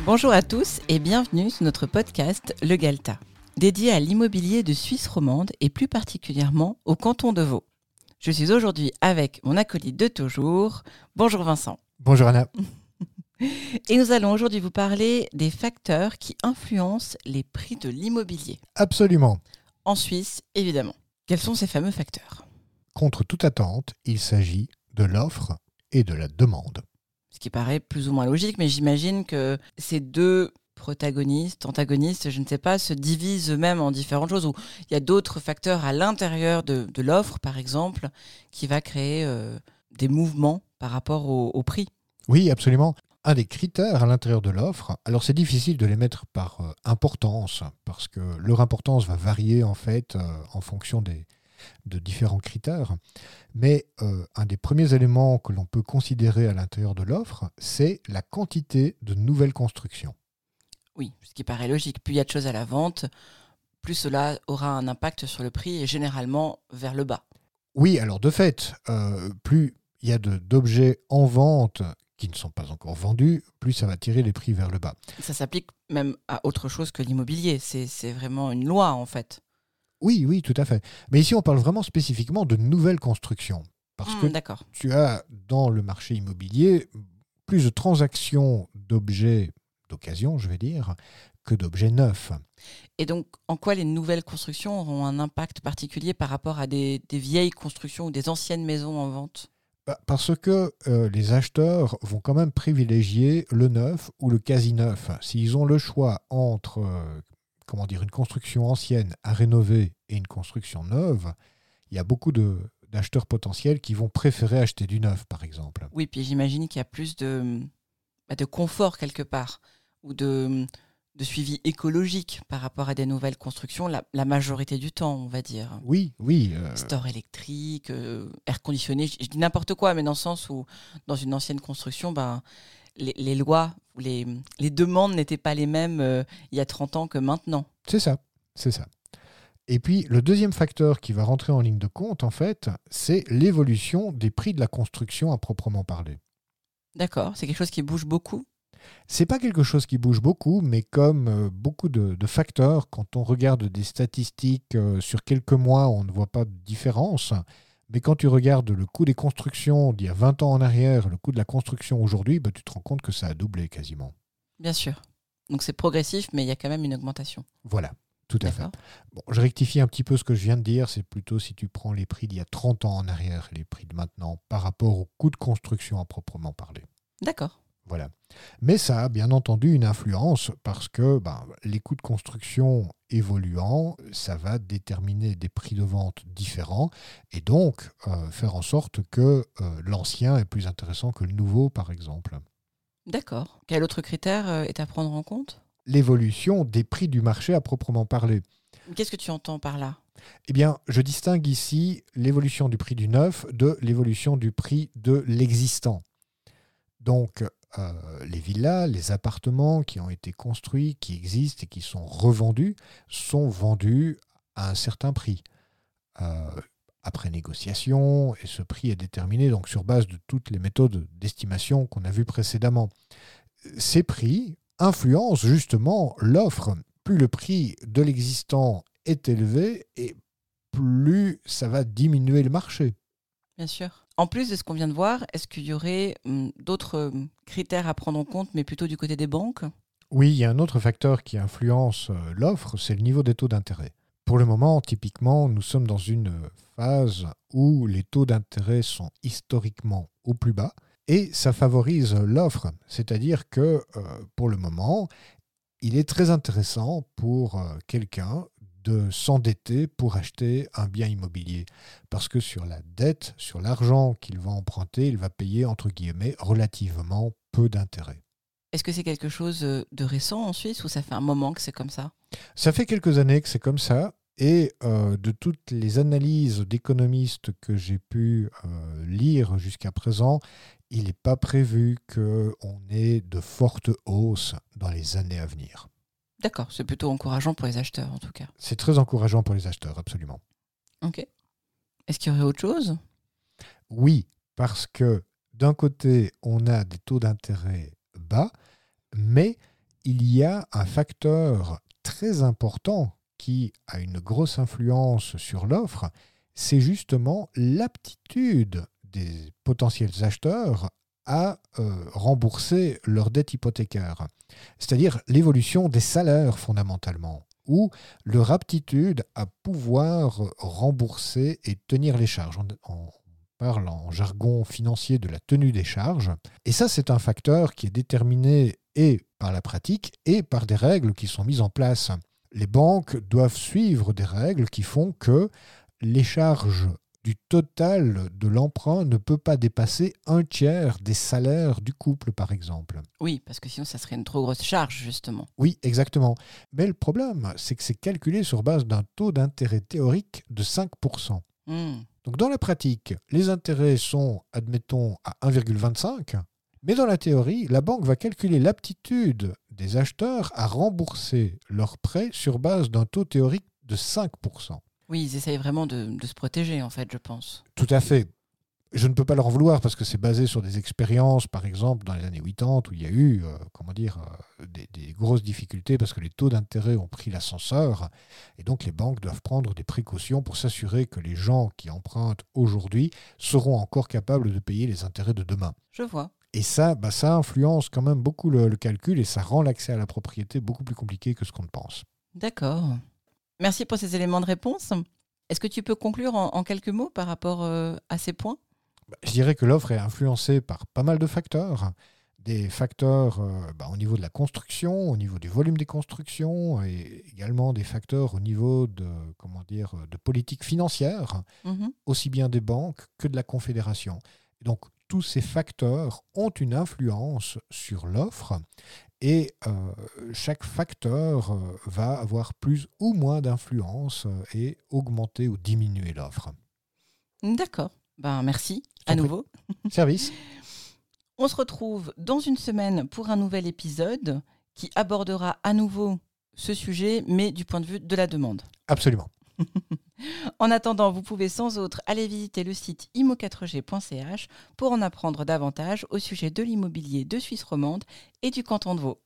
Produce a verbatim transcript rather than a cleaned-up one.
Bonjour à tous et bienvenue sur notre podcast Le Galta, dédié à l'immobilier de Suisse romande et plus particulièrement au canton de Vaud. Je suis aujourd'hui avec mon acolyte de toujours. Bonjour Vincent. Bonjour Anna. Et nous allons aujourd'hui vous parler des facteurs qui influencent les prix de l'immobilier. Absolument. En Suisse, évidemment. Quels sont ces fameux facteurs ? Contre toute attente, il s'agit de l'offre et de la demande. Ce qui paraît plus ou moins logique, mais j'imagine que ces deux protagonistes, antagonistes, je ne sais pas, se divisent eux-mêmes en différentes choses, ou il y a d'autres facteurs à l'intérieur de, de l'offre, par exemple, qui va créer euh, des mouvements par rapport au, au prix. Oui, absolument. Un des critères à l'intérieur de l'offre, alors c'est difficile de les mettre par euh, importance, parce que leur importance va varier en fait euh, en fonction des, de différents critères, mais euh, un des premiers éléments que l'on peut considérer à l'intérieur de l'offre, c'est la quantité de nouvelles constructions. Oui, ce qui paraît logique. Plus il y a de choses à la vente, plus cela aura un impact sur le prix et généralement vers le bas. Oui, alors de fait, euh, plus il y a de, d'objets en vente qui ne sont pas encore vendus, plus ça va tirer les prix vers le bas. Ça s'applique même à autre chose que l'immobilier. C'est, c'est vraiment une loi, en fait. Oui, oui, tout à fait. Mais ici, on parle vraiment spécifiquement de nouvelles constructions. Parce Mmh, que d'accord. tu as dans le marché immobilier plus de transactions d'objets d'occasion, je vais dire, que d'objets neufs. Et donc, en quoi les nouvelles constructions auront un impact particulier par rapport à des, des vieilles constructions ou des anciennes maisons en vente ? Bah, Parce que euh, les acheteurs vont quand même privilégier le neuf ou le quasi-neuf. S'ils ont le choix entre euh, comment dire, une construction ancienne à rénover et une construction neuve, il y a beaucoup de, d'acheteurs potentiels qui vont préférer acheter du neuf, par exemple. Oui, puis j'imagine qu'il y a plus de, bah, de confort quelque part, ou de, de suivi écologique par rapport à des nouvelles constructions, la, la majorité du temps, on va dire. Oui, oui. euh, Store électrique, euh, air conditionné, je, je dis n'importe quoi, mais dans le sens où, dans une ancienne construction, ben, les, les lois, ou les, les demandes n'étaient pas les mêmes euh, il y a trente ans que maintenant. C'est ça, c'est ça. Et puis, le deuxième facteur qui va rentrer en ligne de compte, en fait, c'est l'évolution des prix de la construction à proprement parler. D'accord, c'est quelque chose qui bouge beaucoup. C'est pas quelque chose qui bouge beaucoup, mais comme euh, beaucoup de, de facteurs, quand on regarde des statistiques euh, sur quelques mois, on ne voit pas de différence. Mais quand tu regardes le coût des constructions d'il y a vingt ans en arrière, le coût de la construction aujourd'hui, bah, tu te rends compte que ça a doublé quasiment. Bien sûr. Donc c'est progressif, mais il y a quand même une augmentation. Voilà, tout à fait. D'accord. Bon, je rectifie un petit peu ce que je viens de dire, c'est plutôt si tu prends les prix d'il y a trente ans en arrière, les prix de maintenant, par rapport au coût de construction à proprement parler. D'accord. Voilà. Mais ça a bien entendu une influence parce que ben, les coûts de construction évoluant, ça va déterminer des prix de vente différents et donc euh, faire en sorte que euh, l'ancien est plus intéressant que le nouveau, par exemple. D'accord. Quel autre critère euh, est à prendre en compte ? L'évolution des prix du marché à proprement parler. Qu'est-ce que tu entends par là ? Eh bien, je distingue ici l'évolution du prix du neuf de l'évolution du prix de l'existant. Donc, euh, les villas, les appartements qui ont été construits, qui existent et qui sont revendus, sont vendus à un certain prix. Euh, après négociation, et ce prix est déterminé donc sur base de toutes les méthodes d'estimation qu'on a vues précédemment. Ces prix influencent justement l'offre. Plus le prix de l'existant est élevé, et plus ça va diminuer le marché. Bien sûr. En plus de ce qu'on vient de voir, est-ce qu'il y aurait hum, d'autres hum, critères à prendre en compte, mais plutôt du côté des banques ? Oui, il y a un autre facteur qui influence euh, l'offre, c'est le niveau des taux d'intérêt. Pour le moment, typiquement, nous sommes dans une phase où les taux d'intérêt sont historiquement au plus bas et ça favorise l'offre. C'est-à-dire que euh, pour le moment, il est très intéressant pour euh, quelqu'un de s'endetter pour acheter un bien immobilier. Parce que sur la dette, sur l'argent qu'il va emprunter, il va payer, entre guillemets, relativement peu d'intérêt. Est-ce que c'est quelque chose euh, de récent en Suisse ou ça fait un moment que c'est comme ça ? Ça fait quelques années que c'est comme ça. Et euh, de toutes les analyses d'économistes que j'ai pu euh, lire jusqu'à présent, il n'est pas prévu qu'on ait de fortes hausses dans les années à venir. D'accord, c'est plutôt encourageant pour les acheteurs en tout cas. C'est très encourageant pour les acheteurs, absolument. Ok. Est-ce qu'il y aurait autre chose ? Oui, parce que d'un côté, on a des taux d'intérêt bas, mais il y a un facteur très important qui a une grosse influence sur l'offre, c'est justement l'aptitude des potentiels acheteurs à euh, rembourser leur dette hypothécaire. C'est-à-dire l'évolution des salaires fondamentalement, ou leur aptitude à pouvoir rembourser et tenir les charges. On, on parle en jargon financier de la tenue des charges. Et ça, c'est un facteur qui est déterminé et par la pratique et par des règles qui sont mises en place. Les banques doivent suivre des règles qui font que les charges du total de l'emprunt ne peut pas dépasser un tiers des salaires du couple, par exemple. Oui, parce que sinon, ça serait une trop grosse charge, justement. Oui, exactement. Mais le problème, c'est que c'est calculé sur base d'un taux d'intérêt théorique de cinq pour cent. Mmh. Donc dans la pratique, les intérêts sont, admettons, à un virgule vingt-cinq, mais dans la théorie, la banque va calculer l'aptitude des acheteurs à rembourser leurs prêts sur base d'un taux théorique de cinq pour cent. Oui, ils essayent vraiment de, de se protéger, en fait, je pense. Tout à fait. Je ne peux pas leur en vouloir parce que c'est basé sur des expériences, par exemple, dans les années quatre-vingt-dix, où il y a eu euh, comment dire, euh, des, des grosses difficultés parce que les taux d'intérêt ont pris l'ascenseur. Et donc, les banques doivent prendre des précautions pour s'assurer que les gens qui empruntent aujourd'hui seront encore capables de payer les intérêts de demain. Je vois. Et ça, bah, ça influence quand même beaucoup le, le calcul et ça rend l'accès à la propriété beaucoup plus compliqué que ce qu'on ne pense. D'accord. Merci pour ces éléments de réponse. Est-ce que tu peux conclure en, en quelques mots par rapport euh, à ces points ? Je dirais que l'offre est influencée par pas mal de facteurs. Des facteurs euh, bah, au niveau de la construction, au niveau du volume des constructions, et également des facteurs au niveau de, comment dire, de politique financière, Mmh. aussi bien des banques que de la Confédération. Et donc, tous ces facteurs ont une influence sur l'offre et euh, chaque facteur euh, va avoir plus ou moins d'influence euh, et augmenter ou diminuer l'offre. D'accord. Ben, merci T'en à prie. nouveau. Service. On se retrouve dans une semaine pour un nouvel épisode qui abordera à nouveau ce sujet, mais du point de vue de la demande. Absolument. En attendant, vous pouvez sans autre aller visiter le site i m o quatre g point c h pour en apprendre davantage au sujet de l'immobilier de Suisse romande et du canton de Vaud.